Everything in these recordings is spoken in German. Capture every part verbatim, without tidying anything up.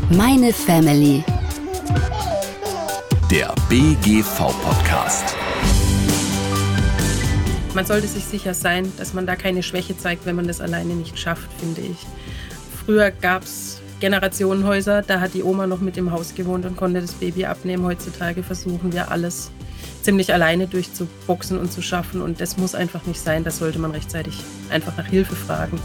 Meine Family. Der B G V-Podcast. Man sollte sich sicher sein, dass man da keine Schwäche zeigt, wenn man das alleine nicht schafft, finde ich. Früher gab es Generationenhäuser, da hat die Oma noch mit im Haus gewohnt und konnte das Baby abnehmen. Heutzutage versuchen wir alles ziemlich alleine durchzuboxen und zu schaffen. Und das muss einfach nicht sein, da sollte man rechtzeitig einfach nach Hilfe fragen.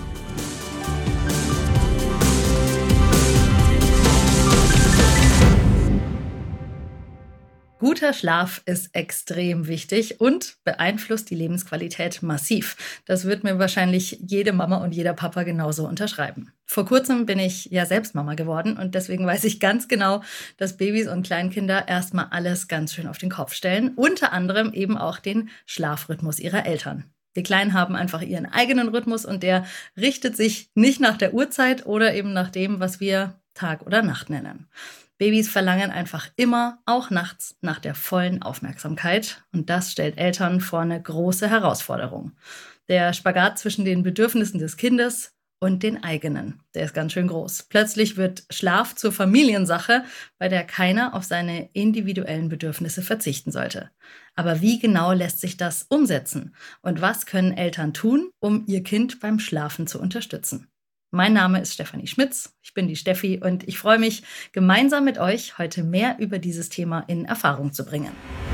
Guter Schlaf ist extrem wichtig und beeinflusst die Lebensqualität massiv. Das wird mir wahrscheinlich jede Mama und jeder Papa genauso unterschreiben. Vor kurzem bin ich ja selbst Mama geworden und deswegen weiß ich ganz genau, dass Babys und Kleinkinder erstmal alles ganz schön auf den Kopf stellen. Unter anderem eben auch den Schlafrhythmus ihrer Eltern. Die Kleinen haben einfach ihren eigenen Rhythmus und der richtet sich nicht nach der Uhrzeit oder eben nach dem, was wir Tag oder Nacht nennen. Babys verlangen einfach immer, auch nachts, nach der vollen Aufmerksamkeit. Und das stellt Eltern vor eine große Herausforderung. Der Spagat zwischen den Bedürfnissen des Kindes und den eigenen, der ist ganz schön groß. Plötzlich wird Schlaf zur Familiensache, bei der keiner auf seine individuellen Bedürfnisse verzichten sollte. Aber wie genau lässt sich das umsetzen? Und was können Eltern tun, um ihr Kind beim Schlafen zu unterstützen? Mein Name ist Stefanie Schmitz, ich bin die Steffi und ich freue mich, gemeinsam mit euch heute mehr über dieses Thema in Erfahrung zu bringen.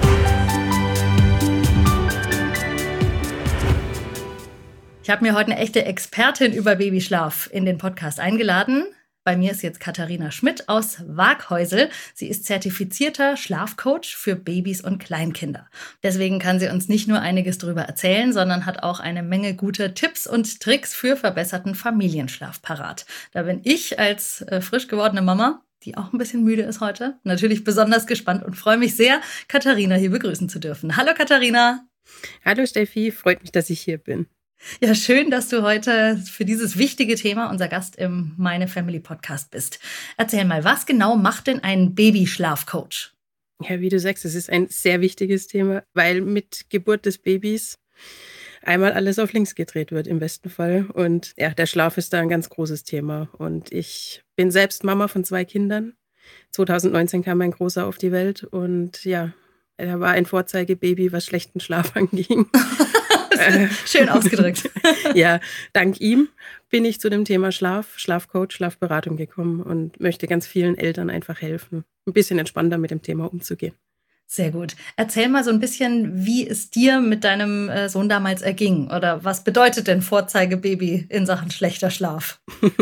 Ich habe mir heute eine echte Expertin über Babyschlaf in den Podcast eingeladen. Bei mir ist jetzt Katharina Schmidt aus Waaghäusel. Sie ist zertifizierter Schlafcoach für Babys und Kleinkinder. Deswegen kann sie uns nicht nur einiges darüber erzählen, sondern hat auch eine Menge guter Tipps und Tricks für verbesserten Familienschlaf parat. Da bin ich als äh, frisch gewordene Mama, die auch ein bisschen müde ist heute, natürlich besonders gespannt und freue mich sehr, Katharina hier begrüßen zu dürfen. Hallo Katharina. Hallo Steffi, freut mich, dass ich hier bin. Ja, schön, dass du heute für dieses wichtige Thema unser Gast im Meine Family Podcast bist. Erzähl mal, was genau macht denn ein Babyschlafcoach? Ja, wie du sagst, es ist ein sehr wichtiges Thema, weil mit Geburt des Babys einmal alles auf links gedreht wird im besten Fall. Und ja, der Schlaf ist da ein ganz großes Thema. Und ich bin selbst Mama von zwei Kindern. zwanzig neunzehn kam mein Großer auf die Welt und ja, er war ein Vorzeigebaby, was schlechten Schlaf anging. Schön ausgedrückt. Ja, dank ihm bin ich zu dem Thema Schlaf, Schlafcoach, Schlafberatung gekommen und möchte ganz vielen Eltern einfach helfen, ein bisschen entspannter mit dem Thema umzugehen. Sehr gut. Erzähl mal so ein bisschen, wie es dir mit deinem Sohn damals erging oder was bedeutet denn Vorzeigebaby in Sachen schlechter Schlaf?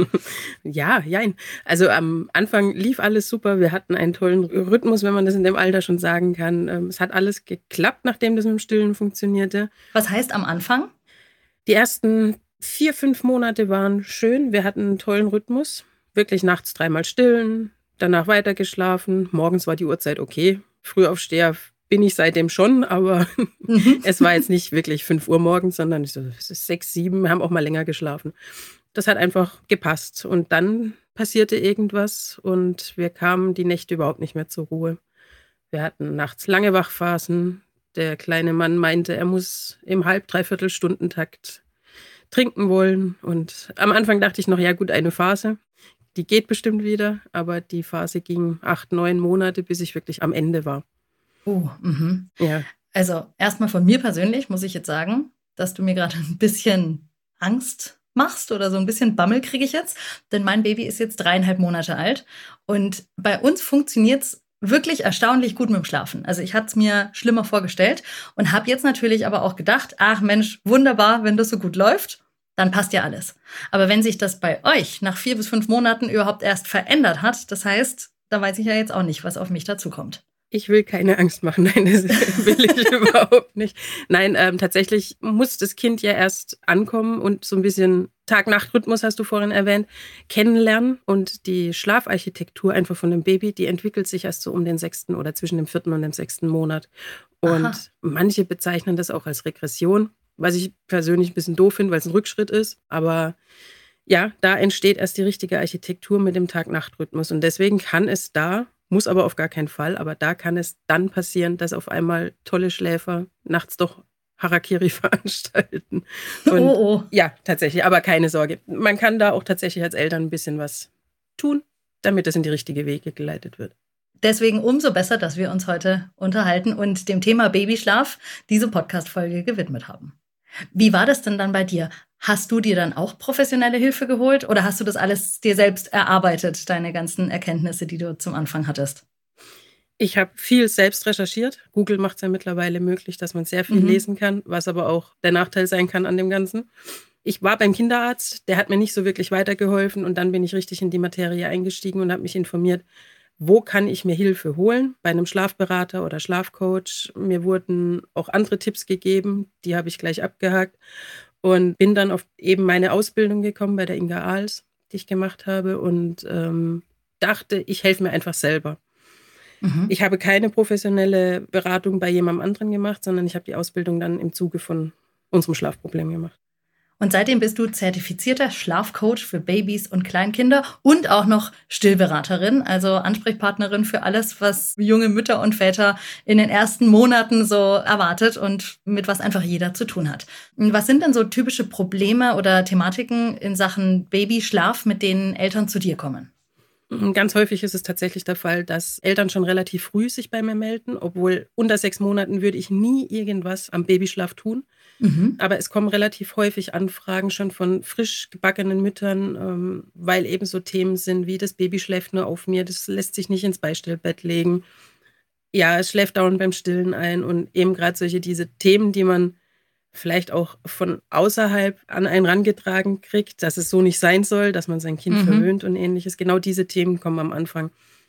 Ja, jein. Also am Anfang lief alles super. Wir hatten einen tollen Rhythmus, wenn man das in dem Alter schon sagen kann. Es hat alles geklappt, nachdem das mit dem Stillen funktionierte. Was heißt am Anfang? Die ersten vier, fünf Monate waren schön. Wir hatten einen tollen Rhythmus. Wirklich nachts dreimal stillen, danach weitergeschlafen. Morgens war die Uhrzeit okay. Frühaufsteher bin ich seitdem schon, aber mhm. Es war jetzt nicht wirklich fünf Uhr morgens, sondern so sechs, sieben. Wir haben auch mal länger geschlafen. Das hat einfach gepasst. Und dann passierte irgendwas und wir kamen die Nächte überhaupt nicht mehr zur Ruhe. Wir hatten nachts lange Wachphasen. Der kleine Mann meinte, er muss im halb-, dreiviertel Stundentakt trinken wollen. Und am Anfang dachte ich noch, ja gut, eine Phase. Die geht bestimmt wieder, aber die Phase ging acht, neun Monate, bis ich wirklich am Ende war. Oh, mhm. Ja. Also erstmal von mir persönlich muss ich jetzt sagen, dass du mir gerade ein bisschen Angst machst oder so ein bisschen Bammel kriege ich jetzt, denn mein Baby ist jetzt dreieinhalb Monate alt und bei uns funktioniert es wirklich erstaunlich gut mit dem Schlafen. Also ich hatte es mir schlimmer vorgestellt und habe jetzt natürlich aber auch gedacht, ach Mensch, wunderbar, wenn das so gut läuft. Dann passt ja alles. Aber wenn sich das bei euch nach vier bis fünf Monaten überhaupt erst verändert hat, das heißt, da weiß ich ja jetzt auch nicht, was auf mich dazukommt. Ich will keine Angst machen. Nein, das will ich überhaupt nicht. Nein, ähm, tatsächlich muss das Kind ja erst ankommen und so ein bisschen Tag-Nacht-Rhythmus, hast du vorhin erwähnt, kennenlernen. Und die Schlafarchitektur einfach von dem Baby, die entwickelt sich erst so um den sechsten oder zwischen dem vierten und dem sechsten Monat. Und Aha. Manche bezeichnen das auch als Regression. Was ich persönlich ein bisschen doof finde, weil es ein Rückschritt ist. Aber ja, da entsteht erst die richtige Architektur mit dem Tag-Nacht-Rhythmus. Und deswegen kann es da, muss aber auf gar keinen Fall, aber da kann es dann passieren, dass auf einmal tolle Schläfer nachts doch Harakiri veranstalten. Und oh, oh. Ja, tatsächlich, aber keine Sorge. Man kann da auch tatsächlich als Eltern ein bisschen was tun. damit es in die richtige Wege geleitet wird. Deswegen umso besser, dass wir uns heute unterhalten und dem Thema Babyschlaf diese Podcast-Folge gewidmet haben. Wie war das denn dann bei dir? Hast du dir dann auch professionelle Hilfe geholt oder hast du das alles dir selbst erarbeitet, deine ganzen Erkenntnisse, die du zum Anfang hattest? Ich habe viel selbst recherchiert. Google macht es ja mittlerweile möglich, dass man sehr viel mhm. lesen kann, was aber auch der Nachteil sein kann an dem Ganzen. Ich war beim Kinderarzt, der hat mir nicht so wirklich weitergeholfen und dann bin ich richtig in die Materie eingestiegen und habe mich informiert, wo kann ich mir Hilfe holen? Bei einem Schlafberater oder Schlafcoach. Mir wurden auch andere Tipps gegeben, die habe ich gleich abgehakt und bin dann auf eben meine Ausbildung gekommen bei der Inga Ahls, die ich gemacht habe und ähm, dachte, ich helfe mir einfach selber. Mhm. Ich habe keine professionelle Beratung bei jemandem anderen gemacht, sondern ich habe die Ausbildung dann im Zuge von unserem Schlafproblem gemacht. Und seitdem bist du zertifizierter Schlafcoach für Babys und Kleinkinder und auch noch Stillberaterin, also Ansprechpartnerin für alles, was junge Mütter und Väter in den ersten Monaten so erwartet und mit was einfach jeder zu tun hat. Was sind denn so typische Probleme oder Thematiken in Sachen Babyschlaf, mit denen Eltern zu dir kommen? Ganz häufig ist es tatsächlich der Fall, dass Eltern schon relativ früh sich bei mir melden, obwohl unter sechs Monaten würde ich nie irgendwas am Babyschlaf tun. Mhm. Aber es kommen relativ häufig Anfragen schon von frisch gebackenen Müttern, ähm, weil eben so Themen sind wie das Baby schläft nur auf mir, das lässt sich nicht ins Beistellbett legen. Ja, es schläft dauernd beim Stillen ein und eben gerade solche diese Themen, die man vielleicht auch von außerhalb an einen rangetragen kriegt, dass es so nicht sein soll, dass man sein Kind mhm. verwöhnt und ähnliches. Genau diese Themen kommen am Anfang.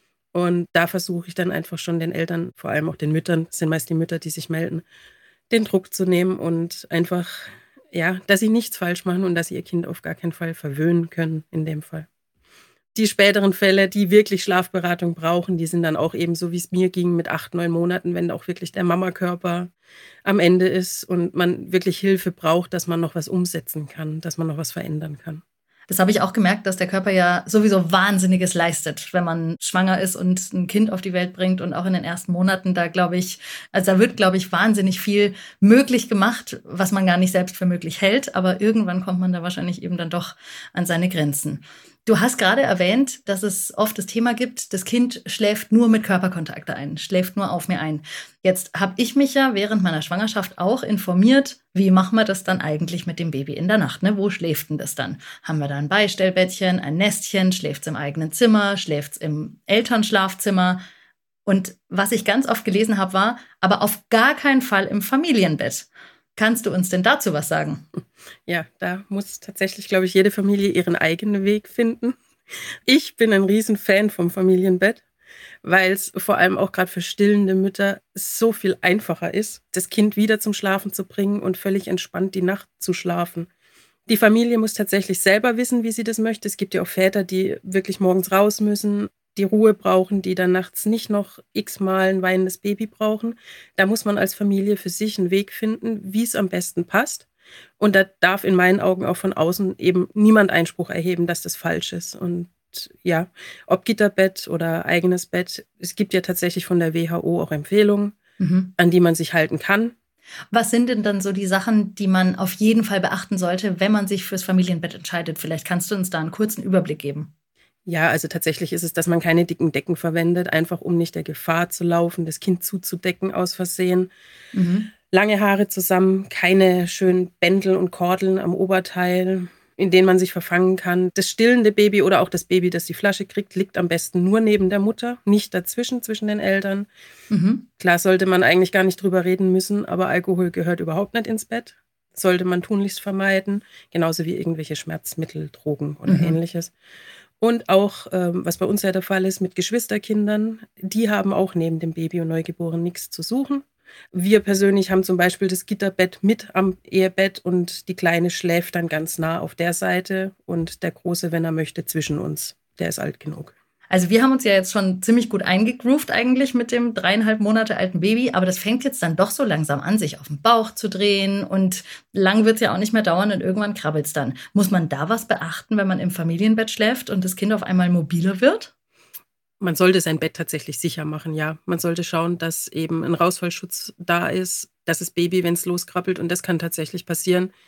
Und da versuche ich dann einfach schon den Eltern, vor allem auch den Müttern, das sind meist die Mütter, die sich melden, den Druck zu nehmen und einfach, ja, dass sie nichts falsch machen und dass sie ihr Kind auf gar keinen Fall verwöhnen können in dem Fall. Die späteren Fälle, die wirklich Schlafberatung brauchen, die sind dann auch eben so, wie es mir ging, mit acht, neun Monaten, wenn auch wirklich der Mamakörper am Ende ist und man wirklich Hilfe braucht, dass man noch was umsetzen kann, dass man noch was verändern kann. Das habe ich auch gemerkt, dass der Körper ja sowieso Wahnsinniges leistet, wenn man schwanger ist und ein Kind auf die Welt bringt und auch in den ersten Monaten, da glaube ich, also da wird, glaube ich, wahnsinnig viel möglich gemacht, was man gar nicht selbst für möglich hält, aber irgendwann kommt man da wahrscheinlich eben dann doch an seine Grenzen. Du hast gerade erwähnt, dass es oft das Thema gibt, das Kind schläft nur mit Körperkontakt ein, schläft nur auf mir ein. Jetzt habe ich mich ja während meiner Schwangerschaft auch informiert, wie machen wir das dann eigentlich mit dem Baby in der Nacht? Ne? Wo schläft denn das dann? Haben wir da ein Beistellbettchen, ein Nestchen, schläft es im eigenen Zimmer, schläft es im Elternschlafzimmer? Und was ich ganz oft gelesen habe, war, aber auf gar keinen Fall im Familienbett. Kannst du uns denn dazu was sagen? Ja, da muss tatsächlich, glaube ich, jede Familie ihren eigenen Weg finden. Ich bin ein Riesenfan vom Familienbett, weil es vor allem auch gerade für stillende Mütter so viel einfacher ist, das Kind wieder zum Schlafen zu bringen und völlig entspannt die Nacht zu schlafen. Die Familie muss tatsächlich selber wissen, wie sie das möchte. Es gibt ja auch Väter, die wirklich morgens raus müssen, die Ruhe brauchen, die dann nachts nicht noch x-mal ein weinendes Baby brauchen. Da muss man als Familie für sich einen Weg finden, wie es am besten passt. Und da darf in meinen Augen auch von außen eben niemand Einspruch erheben, dass das falsch ist. Und ja, ob Gitterbett oder eigenes Bett, es gibt ja tatsächlich von der W H O auch Empfehlungen, mhm. an die man sich halten kann. Was sind denn dann so die Sachen, die man auf jeden Fall beachten sollte, wenn man sich fürs Familienbett entscheidet? Vielleicht kannst du uns da einen kurzen Überblick geben. Ja, also tatsächlich ist es, dass man keine dicken Decken verwendet, einfach um nicht der Gefahr zu laufen, das Kind zuzudecken aus Versehen. Mhm. Lange Haare zusammen, keine schönen Bändel und Kordeln am Oberteil, in denen man sich verfangen kann. Das stillende Baby oder auch das Baby, das die Flasche kriegt, liegt am besten nur neben der Mutter, nicht dazwischen, zwischen den Eltern. Mhm. Klar sollte man eigentlich gar nicht drüber reden müssen, aber Alkohol gehört überhaupt nicht ins Bett. Sollte man tunlichst vermeiden, genauso wie irgendwelche Schmerzmittel, Drogen oder mhm. ähnliches. Und auch, ähm, was bei uns ja der Fall ist, mit Geschwisterkindern, die haben auch neben dem Baby und Neugeborenen nichts zu suchen. Wir persönlich haben zum Beispiel das Gitterbett mit am Ehebett und die Kleine schläft dann ganz nah auf der Seite und der Große, wenn er möchte, zwischen uns. Der ist alt genug. Also wir haben uns ja jetzt schon ziemlich gut eingegroovt eigentlich mit dem dreieinhalb Monate alten Baby, aber das fängt jetzt dann doch so langsam an, sich auf den Bauch zu drehen und lang wird es ja auch nicht mehr dauern und irgendwann krabbelt es dann. Muss man da was beachten, wenn man im Familienbett schläft und das Kind auf einmal mobiler wird? Man sollte sein Bett tatsächlich sicher machen, ja. Man sollte schauen, dass eben ein Rausfallschutz da ist, dass das Baby, wenn es loskrabbelt, und das kann tatsächlich passieren,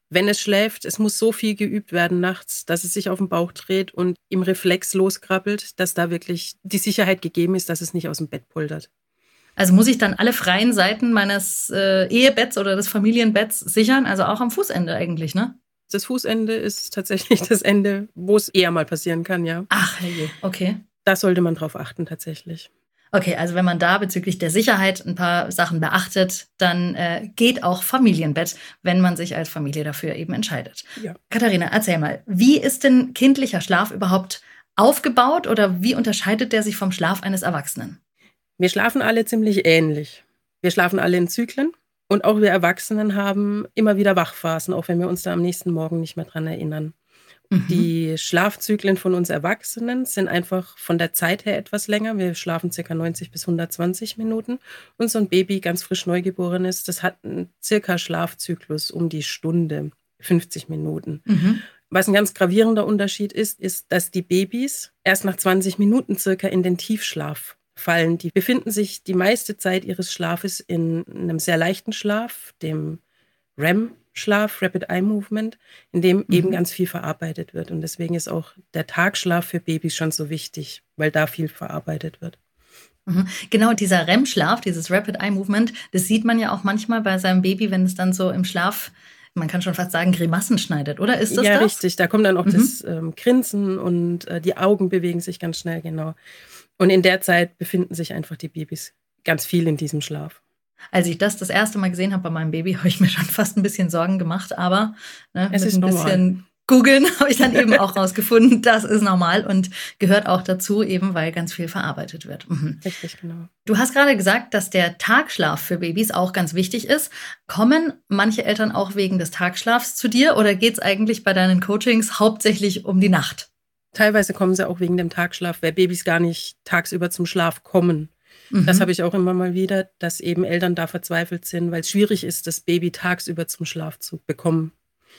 wenn es schläft, es muss so viel geübt werden nachts, dass es sich auf den Bauch dreht und im Reflex loskrabbelt, dass da wirklich die Sicherheit gegeben ist, dass es nicht aus dem Bett pulvert. Also muss ich dann alle freien Seiten meines äh, Ehebetts oder des Familienbetts sichern, also auch am Fußende eigentlich, ne? Das Fußende ist tatsächlich das Ende, wo es eher mal passieren kann, ja. Ach, herrje, okay. Da sollte man drauf achten tatsächlich. Okay, also wenn man da bezüglich der Sicherheit ein paar Sachen beachtet, dann äh, geht auch Familienbett, wenn man sich als Familie dafür eben entscheidet. Ja. Katharina, erzähl mal, wie ist denn kindlicher Schlaf überhaupt aufgebaut oder wie unterscheidet der sich vom Schlaf eines Erwachsenen? Wir schlafen alle ziemlich ähnlich. Wir schlafen alle in Zyklen und auch wir Erwachsenen haben immer wieder Wachphasen, auch wenn wir uns da am nächsten Morgen nicht mehr dran erinnern. Mhm. Die Schlafzyklen von uns Erwachsenen sind einfach von der Zeit her etwas länger. Wir schlafen ca. neunzig bis hundertzwanzig Minuten. Und so ein Baby, ganz frisch neugeboren ist, das hat einen circa Schlafzyklus um die Stunde, fünfzig Minuten. Mhm. Was ein ganz gravierender Unterschied ist, ist, dass die Babys erst nach zwanzig Minuten circa in den Tiefschlaf fallen. Die befinden sich die meiste Zeit ihres Schlafes in einem sehr leichten Schlaf, dem R E M-Schlaf, Rapid Eye Movement, in dem mhm. eben ganz viel verarbeitet wird. Und deswegen ist auch der Tagschlaf für Babys schon so wichtig, weil da viel verarbeitet wird. Mhm. Genau, dieser R E M-Schlaf, dieses Rapid Eye Movement, das sieht man ja auch manchmal bei seinem Baby, wenn es dann so im Schlaf, man kann schon fast sagen, Grimassen schneidet, oder? Ist das ja, das? Richtig. Da kommt dann auch mhm. das ähm, Grinsen und äh, die Augen bewegen sich ganz schnell, genau. Und in der Zeit befinden sich einfach die Babys ganz viel in diesem Schlaf. Als ich das das erste Mal gesehen habe bei meinem Baby, habe ich mir schon fast ein bisschen Sorgen gemacht. Aber ne, es mit ist ein normal. bisschen Googeln habe ich dann eben auch rausgefunden, das ist normal und gehört auch dazu, eben weil ganz viel verarbeitet wird. Mhm. Richtig, genau. Du hast gerade gesagt, dass der Tagschlaf für Babys auch ganz wichtig ist. Kommen manche Eltern auch wegen des Tagschlafs zu dir oder geht es eigentlich bei deinen Coachings hauptsächlich um die Nacht? Teilweise kommen sie auch wegen dem Tagschlaf, weil Babys gar nicht tagsüber zum Schlaf kommen. Mhm. Das habe ich auch immer mal wieder, dass eben Eltern da verzweifelt sind, weil es schwierig ist, das Baby tagsüber zum Schlaf zu bekommen.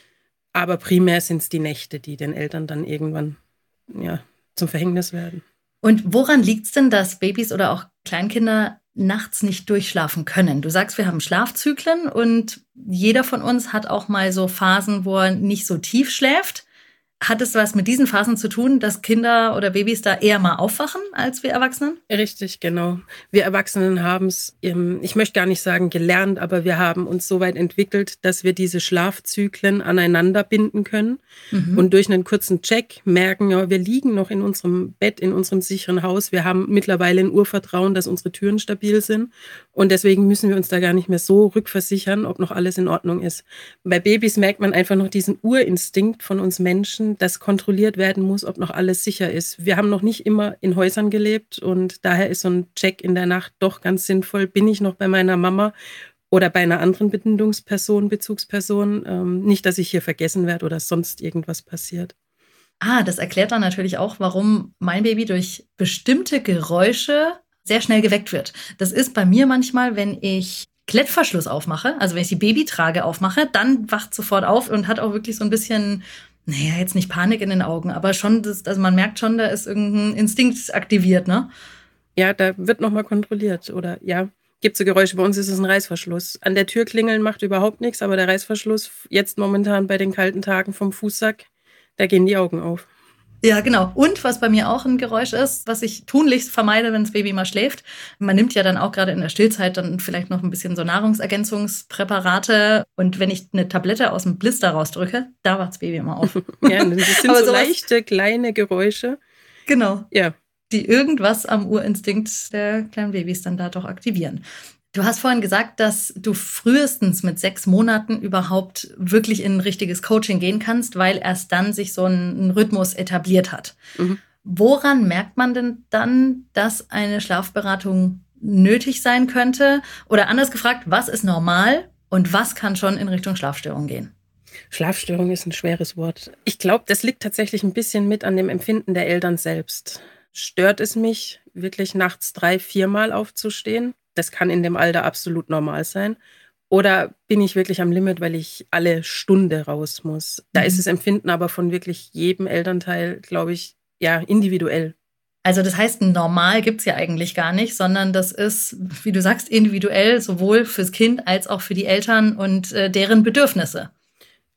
Aber primär sind es die Nächte, die den Eltern dann irgendwann ja, zum Verhängnis werden. Und woran liegt es denn, dass Babys oder auch Kleinkinder nachts nicht durchschlafen können? Du sagst, wir haben Schlafzyklen und jeder von uns hat auch mal so Phasen, wo er nicht so tief schläft. Hat es was mit diesen Phasen zu tun, dass Kinder oder Babys da eher mal aufwachen als wir Erwachsenen? Richtig, genau. Wir Erwachsenen haben es, ich möchte gar nicht sagen gelernt, aber wir haben uns so weit entwickelt, dass wir diese Schlafzyklen aneinander binden können mhm. und durch einen kurzen Check merken, ja, wir liegen noch in unserem Bett, in unserem sicheren Haus. Wir haben mittlerweile ein Urvertrauen, dass unsere Türen stabil sind und deswegen müssen wir uns da gar nicht mehr so rückversichern, ob noch alles in Ordnung ist. Bei Babys merkt man einfach noch diesen Urinstinkt von uns Menschen, dass kontrolliert werden muss, ob noch alles sicher ist. Wir haben noch nicht immer in Häusern gelebt und daher ist so ein Check in der Nacht doch ganz sinnvoll. Bin ich noch bei meiner Mama oder bei einer anderen Bindungsperson, Bezugsperson? Ähm, nicht, dass ich hier vergessen werde oder sonst irgendwas passiert. Ah, das erklärt dann natürlich auch, warum mein Baby durch bestimmte Geräusche sehr schnell geweckt wird. Das ist bei mir manchmal, wenn ich Klettverschluss aufmache, also wenn ich die Babytrage aufmache, dann wacht sofort auf und hat auch wirklich so ein bisschen, naja, jetzt nicht Panik in den Augen, aber schon, das, also man merkt schon, da ist irgendein Instinkt aktiviert, ne? Ja, da wird nochmal kontrolliert oder ja, gibt so Geräusche. Bei uns ist es ein Reißverschluss. An der Tür klingeln macht überhaupt nichts, aber der Reißverschluss jetzt momentan bei den kalten Tagen vom Fußsack, da gehen die Augen auf. Ja, genau. Und was bei mir auch ein Geräusch ist, was ich tunlichst vermeide, wenn das Baby mal schläft. Man nimmt ja dann auch gerade in der Stillzeit dann vielleicht noch ein bisschen so Nahrungsergänzungspräparate. Und wenn ich eine Tablette aus dem Blister rausdrücke, da wacht das Baby immer auf. Ja, das sind so sowas, leichte, kleine Geräusche. Genau. Ja. Die irgendwas am Urinstinkt der kleinen Babys dann da doch aktivieren. Du hast vorhin gesagt, dass du frühestens mit sechs Monaten überhaupt wirklich in ein richtiges Coaching gehen kannst, weil erst dann sich so ein Rhythmus etabliert hat. Mhm. Woran merkt man denn dann, dass eine Schlafberatung nötig sein könnte? Oder anders gefragt, was ist normal und was kann schon in Richtung Schlafstörung gehen? Schlafstörung ist ein schweres Wort. Ich glaube, das liegt tatsächlich ein bisschen mit an dem Empfinden der Eltern selbst. Stört es mich, wirklich nachts drei, viermal aufzustehen? Das kann in dem Alter absolut normal sein. Oder bin ich wirklich am Limit, weil ich alle Stunde raus muss? Da mhm. ist das Empfinden aber von wirklich jedem Elternteil, glaube ich, ja, individuell. Also das heißt, normal gibt es ja eigentlich gar nicht, sondern das ist, wie du sagst, individuell, sowohl fürs Kind als auch für die Eltern und äh, deren Bedürfnisse.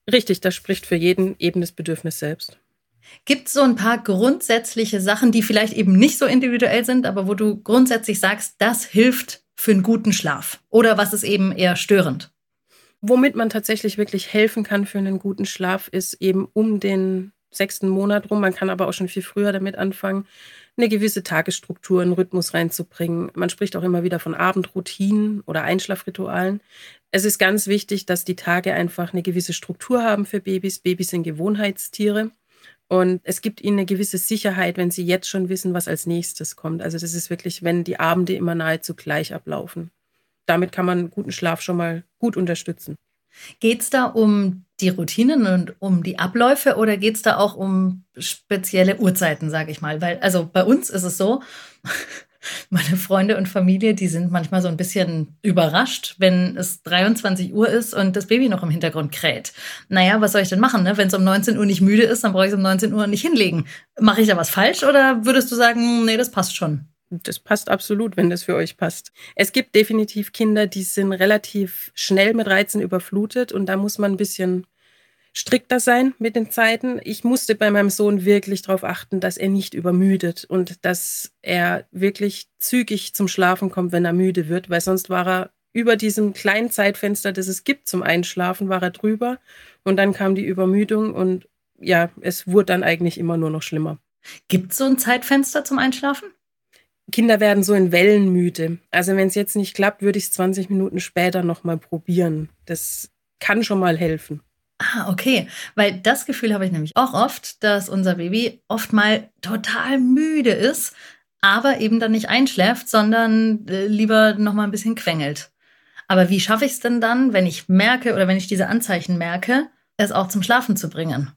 Richtig, das spricht für jeden eben das Bedürfnis selbst. Gibt es so ein paar grundsätzliche Sachen, die vielleicht eben nicht so individuell sind, aber wo du grundsätzlich sagst, das hilft für einen guten Schlaf? Oder was ist eben eher störend? Womit man tatsächlich wirklich helfen kann für einen guten Schlaf, ist eben um den sechsten Monat rum, man kann aber auch schon viel früher damit anfangen, eine gewisse Tagesstruktur, einen Rhythmus reinzubringen. Man spricht auch immer wieder von Abendroutinen oder Einschlafritualen. Es ist ganz wichtig, dass die Tage einfach eine gewisse Struktur haben für Babys. Babys sind Gewohnheitstiere. Und es gibt ihnen eine gewisse Sicherheit, wenn sie jetzt schon wissen, was als nächstes kommt. Also das ist wirklich, wenn die Abende immer nahezu gleich ablaufen. Damit kann man guten Schlaf schon mal gut unterstützen. Geht es da um die Routinen und um die Abläufe oder geht es da auch um spezielle Uhrzeiten, sage ich mal? Weil, also bei uns ist es so, meine Freunde und Familie, die sind manchmal so ein bisschen überrascht, wenn es dreiundzwanzig Uhr ist und das Baby noch im Hintergrund kräht. Naja, was soll ich denn machen? Ne? Wenn es um neunzehn Uhr nicht müde ist, dann brauche ich es um neunzehn Uhr nicht hinlegen. Mache ich da was falsch oder würdest du sagen, nee, das passt schon? Das passt absolut, wenn das für euch passt. Es gibt definitiv Kinder, die sind relativ schnell mit Reizen überflutet und da muss man ein bisschen strikter sein mit den Zeiten. Ich musste bei meinem Sohn wirklich darauf achten, dass er nicht übermüdet und dass er wirklich zügig zum Schlafen kommt, wenn er müde wird, weil sonst war er über diesem kleinen Zeitfenster, das es gibt zum Einschlafen, war er drüber und dann kam die Übermüdung und ja, es wurde dann eigentlich immer nur noch schlimmer. Gibt es so ein Zeitfenster zum Einschlafen? Kinder werden so in Wellen müde. Also wenn es jetzt nicht klappt, würde ich es zwanzig Minuten später nochmal probieren. Das kann schon mal helfen. Ah, okay. Weil das Gefühl habe ich nämlich auch oft, dass unser Baby oft mal total müde ist, aber eben dann nicht einschläft, sondern äh, lieber noch mal ein bisschen quengelt. Aber wie schaffe ich es denn dann, wenn ich merke oder wenn ich diese Anzeichen merke, es auch zum Schlafen zu bringen?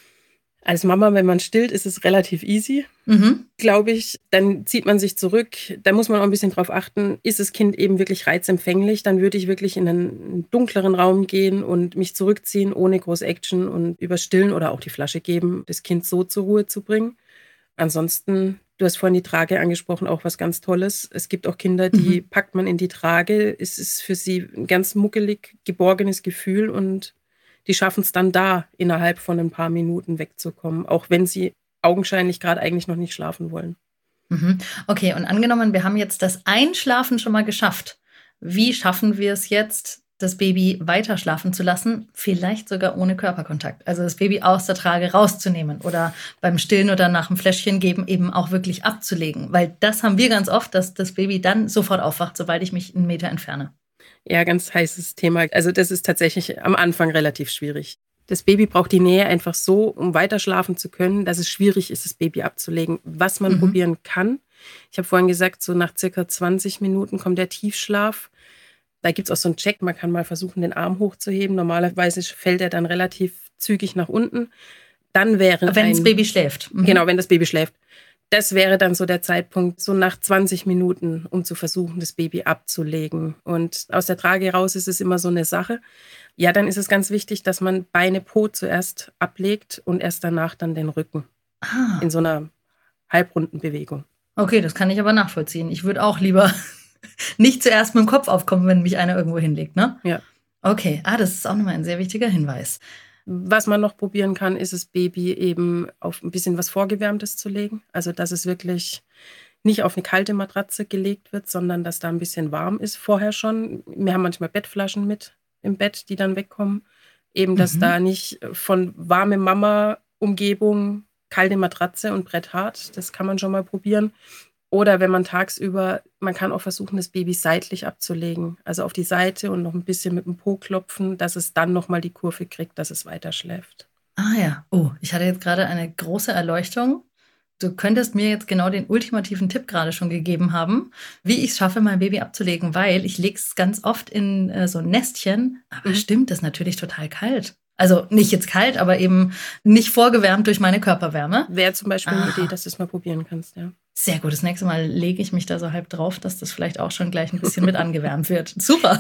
Als Mama, wenn man stillt, ist es relativ easy, Mhm. glaube ich. Dann zieht man sich zurück. Da muss man auch ein bisschen drauf achten, ist das Kind eben wirklich reizempfänglich? Dann würde ich wirklich in einen dunkleren Raum gehen und mich zurückziehen, ohne groß Action und über Stillen oder auch die Flasche geben, das Kind so zur Ruhe zu bringen. Ansonsten, du hast vorhin die Trage angesprochen, auch was ganz Tolles. Es gibt auch Kinder, die Mhm. packt man in die Trage. Es ist für sie ein ganz muckelig, geborgenes Gefühl und die schaffen es dann da, innerhalb von ein paar Minuten wegzukommen, auch wenn sie augenscheinlich gerade eigentlich noch nicht schlafen wollen. Mhm. Okay, und angenommen, wir haben jetzt das Einschlafen schon mal geschafft. Wie schaffen wir es jetzt, das Baby weiter schlafen zu lassen, vielleicht sogar ohne Körperkontakt? Also das Baby aus der Trage rauszunehmen oder beim Stillen oder nach dem Fläschchen geben eben auch wirklich abzulegen. Weil das haben wir ganz oft, dass das Baby dann sofort aufwacht, sobald ich mich einen Meter entferne. Ja, ganz heißes Thema. Also das ist tatsächlich am Anfang relativ schwierig. Das Baby braucht die Nähe einfach so, um weiter schlafen zu können, dass es schwierig ist, das Baby abzulegen. Was man Mhm. probieren kann, ich habe vorhin gesagt, so nach circa zwanzig Minuten kommt der Tiefschlaf. Da gibt es auch so einen Check, man kann mal versuchen, den Arm hochzuheben. Normalerweise fällt er dann relativ zügig nach unten. Dann wäre Wenn das ein, Baby schläft. Mhm. Genau, wenn das Baby schläft. Das wäre dann so der Zeitpunkt, so nach zwanzig Minuten, um zu versuchen, das Baby abzulegen. Und aus der Trage raus ist es immer so eine Sache. Ja, dann ist es ganz wichtig, dass man Beine, Po zuerst ablegt und erst danach dann den Rücken Ah, in so einer halbrunden Bewegung. okay, das kann ich aber nachvollziehen. Ich würde auch lieber nicht zuerst mit dem Kopf aufkommen, wenn mich einer irgendwo hinlegt, ne? Ja. Okay, ah, das ist auch nochmal ein sehr wichtiger Hinweis. Was man noch probieren kann, ist das Baby eben auf ein bisschen was Vorgewärmtes zu legen. Also, dass es wirklich nicht auf eine kalte Matratze gelegt wird, sondern dass da ein bisschen warm ist vorher schon. Wir haben manchmal Bettflaschen mit im Bett, die dann wegkommen. Eben, dass Mhm. da nicht von warme Mama-Umgebung, kalte Matratze und Brett hart. Das kann man schon mal probieren. Oder wenn man tagsüber, man kann auch versuchen, das Baby seitlich abzulegen. Also auf die Seite und noch ein bisschen mit dem Po klopfen, dass es dann nochmal die Kurve kriegt, dass es weiter schläft. Ah ja. Oh, ich hatte jetzt gerade eine große Erleuchtung. Du könntest mir jetzt genau den ultimativen Tipp gerade schon gegeben haben, wie ich es schaffe, mein Baby abzulegen, weil ich lege es ganz oft in äh, so ein Nestchen. Aber Mhm. stimmt, das ist natürlich total kalt. Also nicht jetzt kalt, aber eben nicht vorgewärmt durch meine Körperwärme. Wäre zum Beispiel eine Aha. Idee, dass du es mal probieren kannst, ja. Sehr gut. Das nächste Mal lege ich mich da so halb drauf, dass das vielleicht auch schon gleich ein bisschen mit angewärmt wird. Super.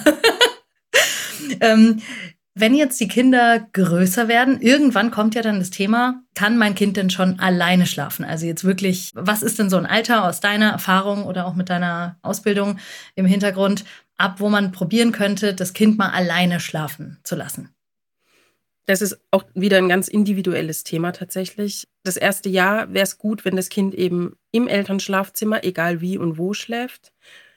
ähm, wenn jetzt die Kinder größer werden, irgendwann kommt ja dann das Thema, kann mein Kind denn schon alleine schlafen? Also jetzt wirklich, was ist denn so ein Alter aus deiner Erfahrung oder auch mit deiner Ausbildung im Hintergrund, ab wo man probieren könnte, das Kind mal alleine schlafen zu lassen? Das ist auch wieder ein ganz individuelles Thema tatsächlich. Das erste Jahr wäre es gut, wenn das Kind eben im Elternschlafzimmer, egal wie und wo, schläft.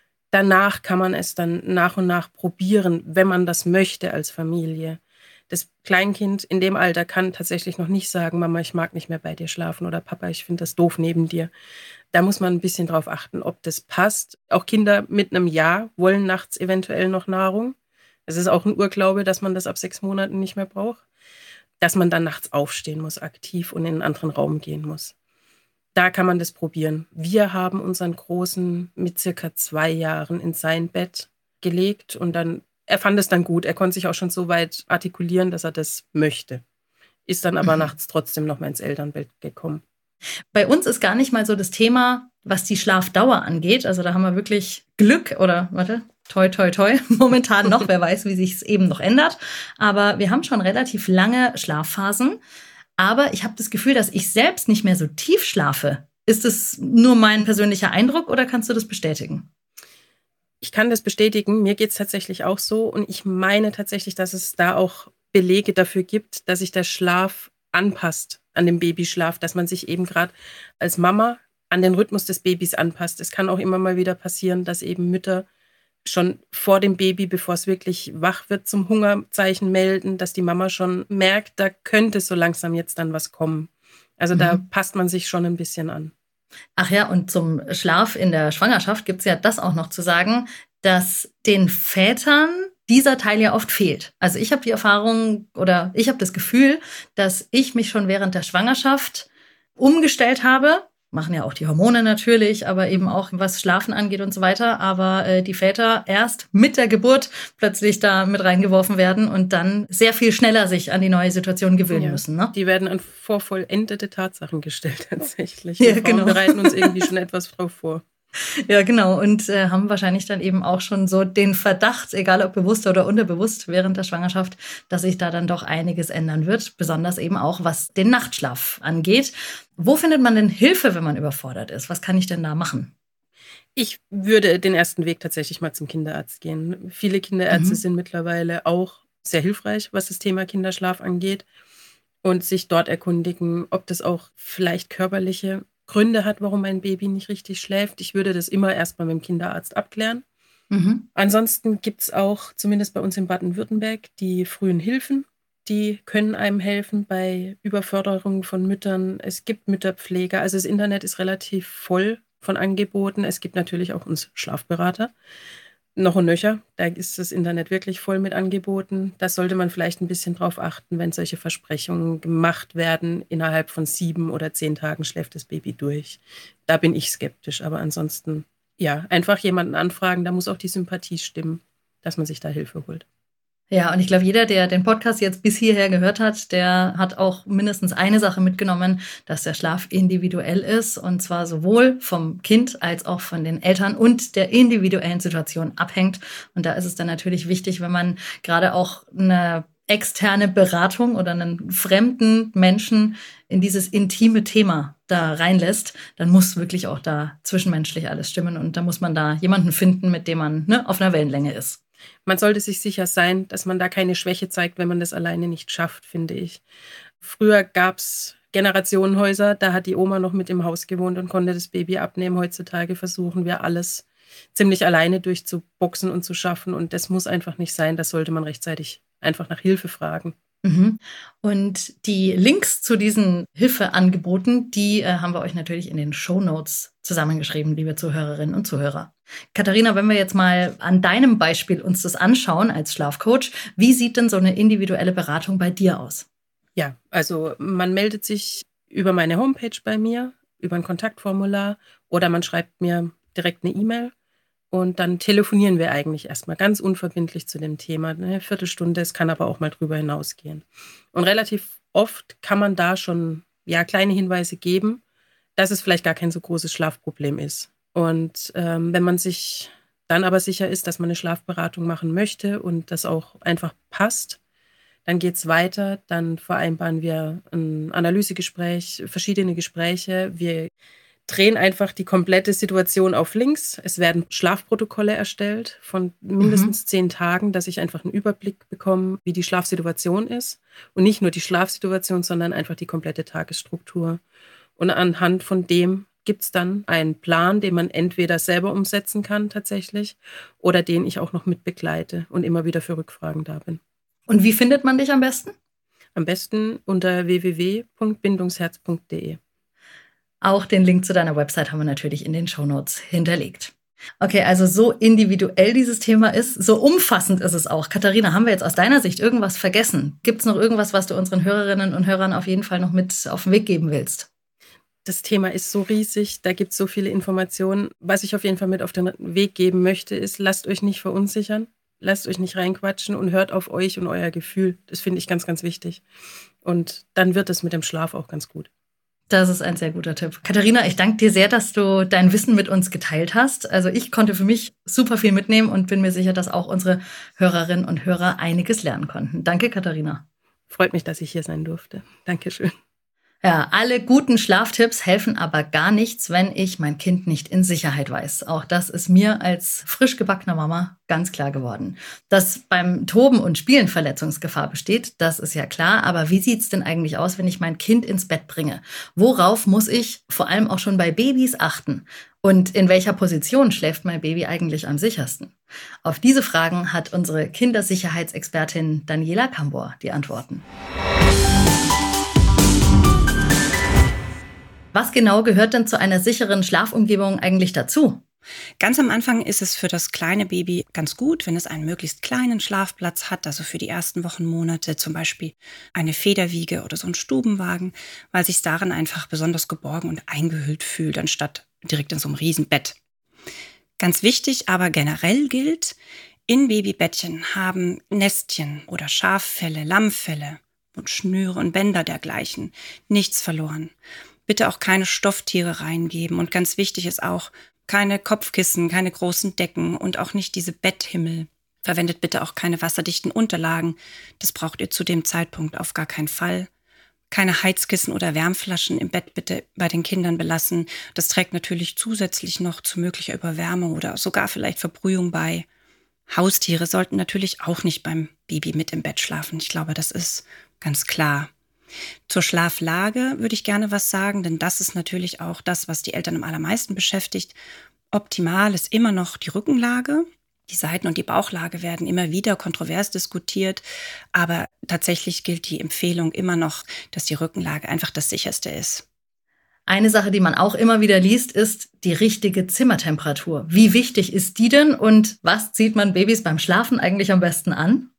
Danach kann man es dann nach und nach probieren, wenn man das möchte als Familie. Das Kleinkind in dem Alter kann tatsächlich noch nicht sagen, Mama, ich mag nicht mehr bei dir schlafen oder Papa, ich finde das doof neben dir. Da muss man ein bisschen drauf achten, ob das passt. Auch Kinder mit einem Jahr wollen nachts eventuell noch Nahrung. Es ist auch ein Urglaube, dass man das ab sechs Monaten nicht mehr braucht. Dass man dann nachts aufstehen muss, aktiv und in einen anderen Raum gehen muss. Da kann man das probieren. Wir haben unseren Großen mit circa zwei Jahren in sein Bett gelegt und dann, er fand es dann gut. Er konnte sich auch schon so weit artikulieren, dass er das möchte. Ist dann aber mhm. nachts trotzdem noch mal ins Elternbett gekommen. Bei uns ist gar nicht mal so das Thema, was die Schlafdauer angeht. Also da haben wir wirklich Glück oder, warte, toi, toi, toi, momentan noch. Wer weiß, wie sich es eben noch ändert. Aber wir haben schon relativ lange Schlafphasen. Aber ich habe das Gefühl, dass ich selbst nicht mehr so tief schlafe. Ist es nur mein persönlicher Eindruck oder kannst du das bestätigen? Ich kann das bestätigen. Mir geht es tatsächlich auch so. Und ich meine tatsächlich, dass es da auch Belege dafür gibt, dass sich der Schlaf anpasst an den Babyschlaf, dass man sich eben gerade als Mama an den Rhythmus des Babys anpasst. Es kann auch immer mal wieder passieren, dass eben Mütter schon vor dem Baby, bevor es wirklich wach wird, zum Hungerzeichen melden, dass die Mama schon merkt, da könnte so langsam jetzt dann was kommen. Also mhm. da passt man sich schon ein bisschen an. Ach ja, und zum Schlaf in der Schwangerschaft gibt es ja das auch noch zu sagen, dass den Vätern dieser Teil ja oft fehlt. Also ich habe die Erfahrung oder ich habe das Gefühl, dass ich mich schon während der Schwangerschaft umgestellt habe. Machen ja auch die Hormone natürlich, aber eben auch was Schlafen angeht und so weiter. Aber äh, die Väter erst mit der Geburt plötzlich da mit reingeworfen werden und dann sehr viel schneller sich an die neue Situation gewöhnen ja, müssen. Ne? Die werden an vorvollendete Tatsachen gestellt tatsächlich. Ja, Wir genau. bereiten uns irgendwie schon etwas drauf vor. Ja, genau. Und äh, haben wahrscheinlich dann eben auch schon so den Verdacht, egal ob bewusst oder unterbewusst während der Schwangerschaft, dass sich da dann doch einiges ändern wird. Besonders eben auch, was den Nachtschlaf angeht. Wo findet man denn Hilfe, wenn man überfordert ist? Was kann ich denn da machen? Ich würde den ersten Weg tatsächlich mal zum Kinderarzt gehen. Viele Kinderärzte Mhm. sind mittlerweile auch sehr hilfreich, was das Thema Kinderschlaf angeht. Und sich dort erkundigen, ob das auch vielleicht körperliche Gründe hat, warum mein Baby nicht richtig schläft. Ich würde das immer erstmal mit dem Kinderarzt abklären. Mhm. Ansonsten gibt es auch, zumindest bei uns in Baden-Württemberg, die frühen Hilfen. Die können einem helfen bei Überförderung von Müttern. Es gibt Mütterpfleger. Also das Internet ist relativ voll von Angeboten. Es gibt natürlich auch uns Schlafberater. Noch und nöcher, da ist das Internet wirklich voll mit Angeboten. Da sollte man vielleicht ein bisschen drauf achten, wenn solche Versprechungen gemacht werden. Innerhalb von sieben oder zehn Tagen schläft das Baby durch. Da bin ich skeptisch. Aber ansonsten, ja, einfach jemanden anfragen. Da muss auch die Sympathie stimmen, dass man sich da Hilfe holt. Ja, und ich glaube, jeder, der den Podcast jetzt bis hierher gehört hat, der hat auch mindestens eine Sache mitgenommen, dass der Schlaf individuell ist und zwar sowohl vom Kind als auch von den Eltern und der individuellen Situation abhängt. Und da ist es dann natürlich wichtig, wenn man gerade auch eine externe Beratung oder einen fremden Menschen in dieses intime Thema da reinlässt, dann muss wirklich auch da zwischenmenschlich alles stimmen und da muss man da jemanden finden, mit dem man ne, auf einer Wellenlänge ist. Man sollte sich sicher sein, dass man da keine Schwäche zeigt, wenn man das alleine nicht schafft, finde ich. Früher gab es Generationenhäuser, da hat die Oma noch mit im Haus gewohnt und konnte das Baby abnehmen. Heutzutage versuchen wir alles ziemlich alleine durchzuboxen und zu schaffen und das muss einfach nicht sein. Das sollte man rechtzeitig einfach nach Hilfe fragen. Mhm. Und die Links zu diesen Hilfeangeboten, die äh, haben wir euch natürlich in den Shownotes zusammengeschrieben, liebe Zuhörerinnen und Zuhörer. Katharina, wenn wir jetzt mal an deinem Beispiel uns das anschauen als Schlafcoach, wie sieht denn so eine individuelle Beratung bei dir aus? Ja, also man meldet sich über meine Homepage bei mir, über ein Kontaktformular oder man schreibt mir direkt eine E-Mail. Und dann telefonieren wir eigentlich erstmal ganz unverbindlich zu dem Thema. Eine Viertelstunde, es kann aber auch mal drüber hinausgehen. Und relativ oft kann man da schon ja, kleine Hinweise geben, dass es vielleicht gar kein so großes Schlafproblem ist. Und ähm, wenn man sich dann aber sicher ist, dass man eine Schlafberatung machen möchte und das auch einfach passt, dann geht es weiter. Dann vereinbaren wir ein Analysegespräch, verschiedene Gespräche. Wir drehen einfach die komplette Situation auf links. Es werden Schlafprotokolle erstellt von mindestens mhm. zehn Tagen, dass ich einfach einen Überblick bekomme, wie die Schlafsituation ist. Und nicht nur die Schlafsituation, sondern einfach die komplette Tagesstruktur. Und anhand von dem gibt es dann einen Plan, den man entweder selber umsetzen kann tatsächlich oder den ich auch noch mit begleite und immer wieder für Rückfragen da bin. Und wie findet man dich am besten? Am besten unter w w w punkt bindungsherz punkt d e. Auch den Link zu deiner Website haben wir natürlich in den Shownotes hinterlegt. Okay, also so individuell dieses Thema ist, so umfassend ist es auch. Katharina, haben wir jetzt aus deiner Sicht irgendwas vergessen? Gibt es noch irgendwas, was du unseren Hörerinnen und Hörern auf jeden Fall noch mit auf den Weg geben willst? Das Thema ist so riesig, da gibt es so viele Informationen. Was ich auf jeden Fall mit auf den Weg geben möchte, ist, lasst euch nicht verunsichern, lasst euch nicht reinquatschen und hört auf euch und euer Gefühl. Das finde ich ganz, ganz wichtig. Und dann wird es mit dem Schlaf auch ganz gut. Das ist ein sehr guter Tipp. Katharina, ich danke dir sehr, dass du dein Wissen mit uns geteilt hast. Also ich konnte für mich super viel mitnehmen und bin mir sicher, dass auch unsere Hörerinnen und Hörer einiges lernen konnten. Danke, Katharina. Freut mich, dass ich hier sein durfte. Dankeschön. Ja, alle guten Schlaftipps helfen aber gar nichts, wenn ich mein Kind nicht in Sicherheit weiß. Auch das ist mir als frisch gebackener Mama ganz klar geworden. Dass beim Toben und Spielen Verletzungsgefahr besteht, das ist ja klar. Aber wie sieht's denn eigentlich aus, wenn ich mein Kind ins Bett bringe? Worauf muss ich vor allem auch schon bei Babys achten? Und in welcher Position schläft mein Baby eigentlich am sichersten? Auf diese Fragen hat unsere Kindersicherheitsexpertin Daniela Kambor die Antworten. Was genau gehört denn zu einer sicheren Schlafumgebung eigentlich dazu? Ganz am Anfang ist es für das kleine Baby ganz gut, wenn es einen möglichst kleinen Schlafplatz hat, also für die ersten Wochen, Monate zum Beispiel eine Federwiege oder so ein Stubenwagen, weil sich darin einfach besonders geborgen und eingehüllt fühlt, anstatt direkt in so einem Riesenbett. Ganz wichtig, aber generell gilt, in Babybettchen haben Nestchen oder Schaffelle, Lammfelle und Schnüre und Bänder dergleichen nichts verloren. Bitte auch keine Stofftiere reingeben und ganz wichtig ist auch, keine Kopfkissen, keine großen Decken und auch nicht diese Betthimmel. Verwendet bitte auch keine wasserdichten Unterlagen. Das braucht ihr zu dem Zeitpunkt auf gar keinen Fall. Keine Heizkissen oder Wärmflaschen im Bett bitte bei den Kindern belassen. Das trägt natürlich zusätzlich noch zu möglicher Überwärmung oder sogar vielleicht Verbrühung bei. Haustiere sollten natürlich auch nicht beim Baby mit im Bett schlafen. Ich glaube, das ist ganz klar. Zur Schlaflage würde ich gerne was sagen, denn das ist natürlich auch das, was die Eltern am allermeisten beschäftigt. Optimal ist immer noch die Rückenlage. Die Seiten- und die Bauchlage werden immer wieder kontrovers diskutiert, aber tatsächlich gilt die Empfehlung immer noch, dass die Rückenlage einfach das sicherste ist. Eine Sache, die man auch immer wieder liest, ist die richtige Zimmertemperatur. Wie wichtig ist die denn und was zieht man Babys beim Schlafen eigentlich am besten an?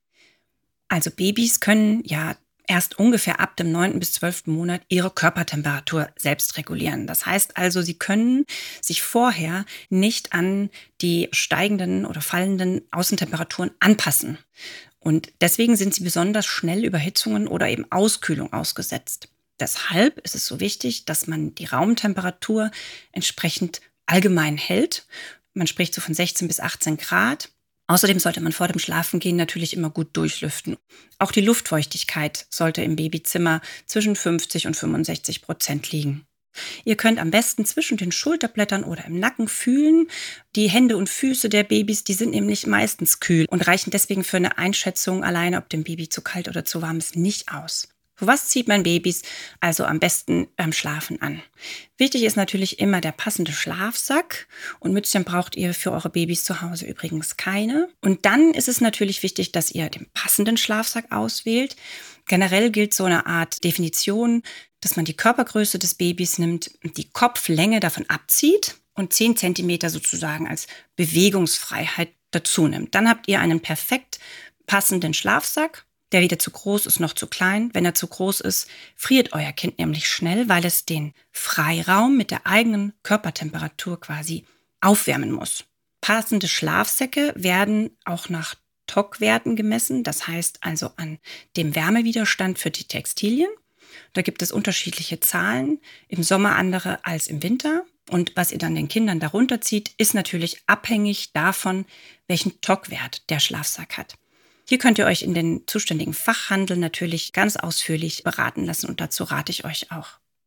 Also Babys können ja erst ungefähr ab dem neunten bis zwölften Monat ihre Körpertemperatur selbst regulieren. Das heißt also, sie können sich vorher nicht an die steigenden oder fallenden Außentemperaturen anpassen. Und deswegen sind sie besonders schnell Überhitzungen oder eben Auskühlung ausgesetzt. Deshalb ist es so wichtig, dass man die Raumtemperatur entsprechend allgemein hält. Man spricht so von sechzehn bis achtzehn Grad. Außerdem sollte man vor dem Schlafengehen natürlich immer gut durchlüften. Auch die Luftfeuchtigkeit sollte im Babyzimmer zwischen fünfzig und fünfundsechzig Prozent liegen. Ihr könnt am besten zwischen den Schulterblättern oder im Nacken fühlen. Die Hände und Füße der Babys, die sind nämlich meistens kühl und reichen deswegen für eine Einschätzung alleine, ob dem Baby zu kalt oder zu warm ist, nicht aus. Für was zieht man Babys also am besten beim Schlafen an? Wichtig ist natürlich immer der passende Schlafsack und Mützchen braucht ihr für eure Babys zu Hause übrigens keine. Und dann ist es natürlich wichtig, dass ihr den passenden Schlafsack auswählt. Generell gilt so eine Art Definition, dass man die Körpergröße des Babys nimmt, die Kopflänge davon abzieht und zehn Zentimeter sozusagen als Bewegungsfreiheit dazu nimmt. Dann habt ihr einen perfekt passenden Schlafsack, der weder zu groß ist noch zu klein. Wenn er zu groß ist, friert euer Kind nämlich schnell, weil es den Freiraum mit der eigenen Körpertemperatur quasi aufwärmen muss. Passende Schlafsäcke werden auch nach T O C-Werten gemessen, das heißt also an dem Wärmewiderstand für die Textilien. Da gibt es unterschiedliche Zahlen, im Sommer andere als im Winter. Und was ihr dann den Kindern darunter zieht, ist natürlich abhängig davon, welchen T O C-Wert der Schlafsack hat. Hier könnt ihr euch in den zuständigen Fachhandel natürlich ganz ausführlich beraten lassen und dazu rate ich euch auch.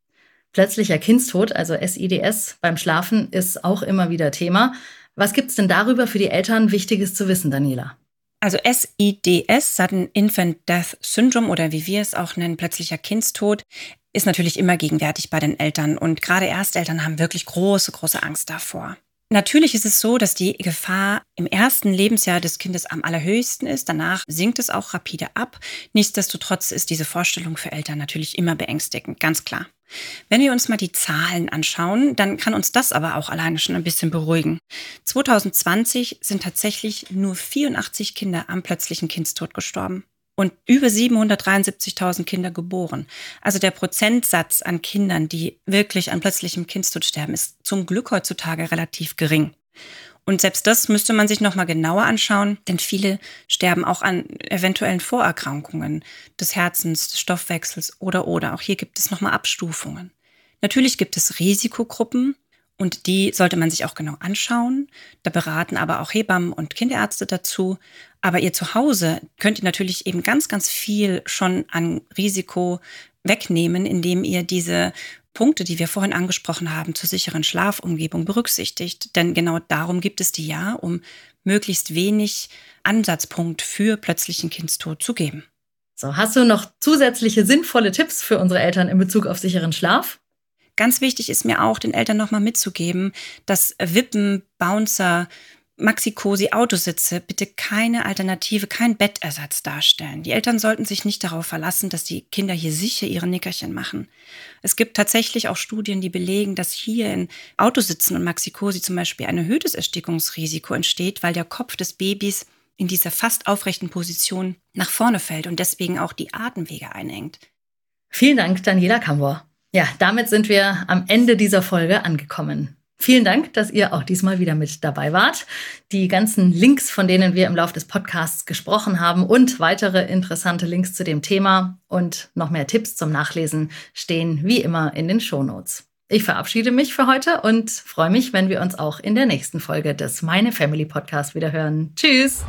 Plötzlicher Kindstod, also S I D S, beim Schlafen ist auch immer wieder Thema. Was gibt es denn darüber für die Eltern Wichtiges zu wissen, Daniela? Also S I D S, Sudden Infant Death Syndrome oder wie wir es auch nennen, plötzlicher Kindstod, ist natürlich immer gegenwärtig bei den Eltern. Und gerade Ersteltern haben wirklich große, große Angst davor. Natürlich ist es so, dass die Gefahr im ersten Lebensjahr des Kindes am allerhöchsten ist. Danach sinkt es auch rapide ab. Nichtsdestotrotz ist diese Vorstellung für Eltern natürlich immer beängstigend, ganz klar. Wenn wir uns mal die Zahlen anschauen, dann kann uns das aber auch alleine schon ein bisschen beruhigen. zwanzig zwanzig sind tatsächlich nur vierundachtzig Kinder am plötzlichen Kindstod gestorben. Und über siebenhundertdreiundsiebzigtausend Kinder geboren. Also der Prozentsatz an Kindern, die wirklich an plötzlichem Kindstod sterben, ist zum Glück heutzutage relativ gering. Und selbst das müsste man sich nochmal genauer anschauen, denn viele sterben auch an eventuellen Vorerkrankungen des Herzens, des Stoffwechsels oder oder. Auch hier gibt es nochmal Abstufungen. Natürlich gibt es Risikogruppen. Und die sollte man sich auch genau anschauen. Da beraten aber auch Hebammen und Kinderärzte dazu. Aber ihr zu Hause könnt ihr natürlich eben ganz, ganz viel schon an Risiko wegnehmen, indem ihr diese Punkte, die wir vorhin angesprochen haben, zur sicheren Schlafumgebung berücksichtigt. Denn genau darum gibt es die ja, um möglichst wenig Ansatzpunkt für plötzlichen Kindstod zu geben. So, hast du noch zusätzliche sinnvolle Tipps für unsere Eltern in Bezug auf sicheren Schlaf? Ganz wichtig ist mir auch, den Eltern nochmal mitzugeben, dass Wippen, Bouncer, Maxi-Cosi, Autositze bitte keine Alternative, kein Bettersatz darstellen. Die Eltern sollten sich nicht darauf verlassen, dass die Kinder hier sicher ihre Nickerchen machen. Es gibt tatsächlich auch Studien, die belegen, dass hier in Autositzen und Maxi-Cosi zum Beispiel ein erhöhtes Erstickungsrisiko entsteht, weil der Kopf des Babys in dieser fast aufrechten Position nach vorne fällt und deswegen auch die Atemwege einengt. Vielen Dank, Daniela Kambor. Ja, damit sind wir am Ende dieser Folge angekommen. Vielen Dank, dass ihr auch diesmal wieder mit dabei wart. Die ganzen Links, von denen wir im Laufe des Podcasts gesprochen haben und weitere interessante Links zu dem Thema und noch mehr Tipps zum Nachlesen stehen wie immer in den Shownotes. Ich verabschiede mich für heute und freue mich, wenn wir uns auch in der nächsten Folge des Meine Family Podcast wieder hören. Tschüss!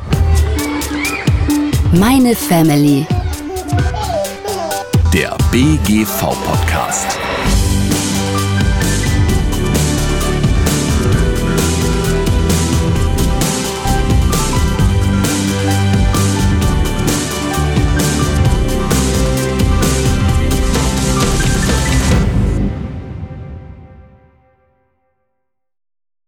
Meine Family. Der B G V Podcast.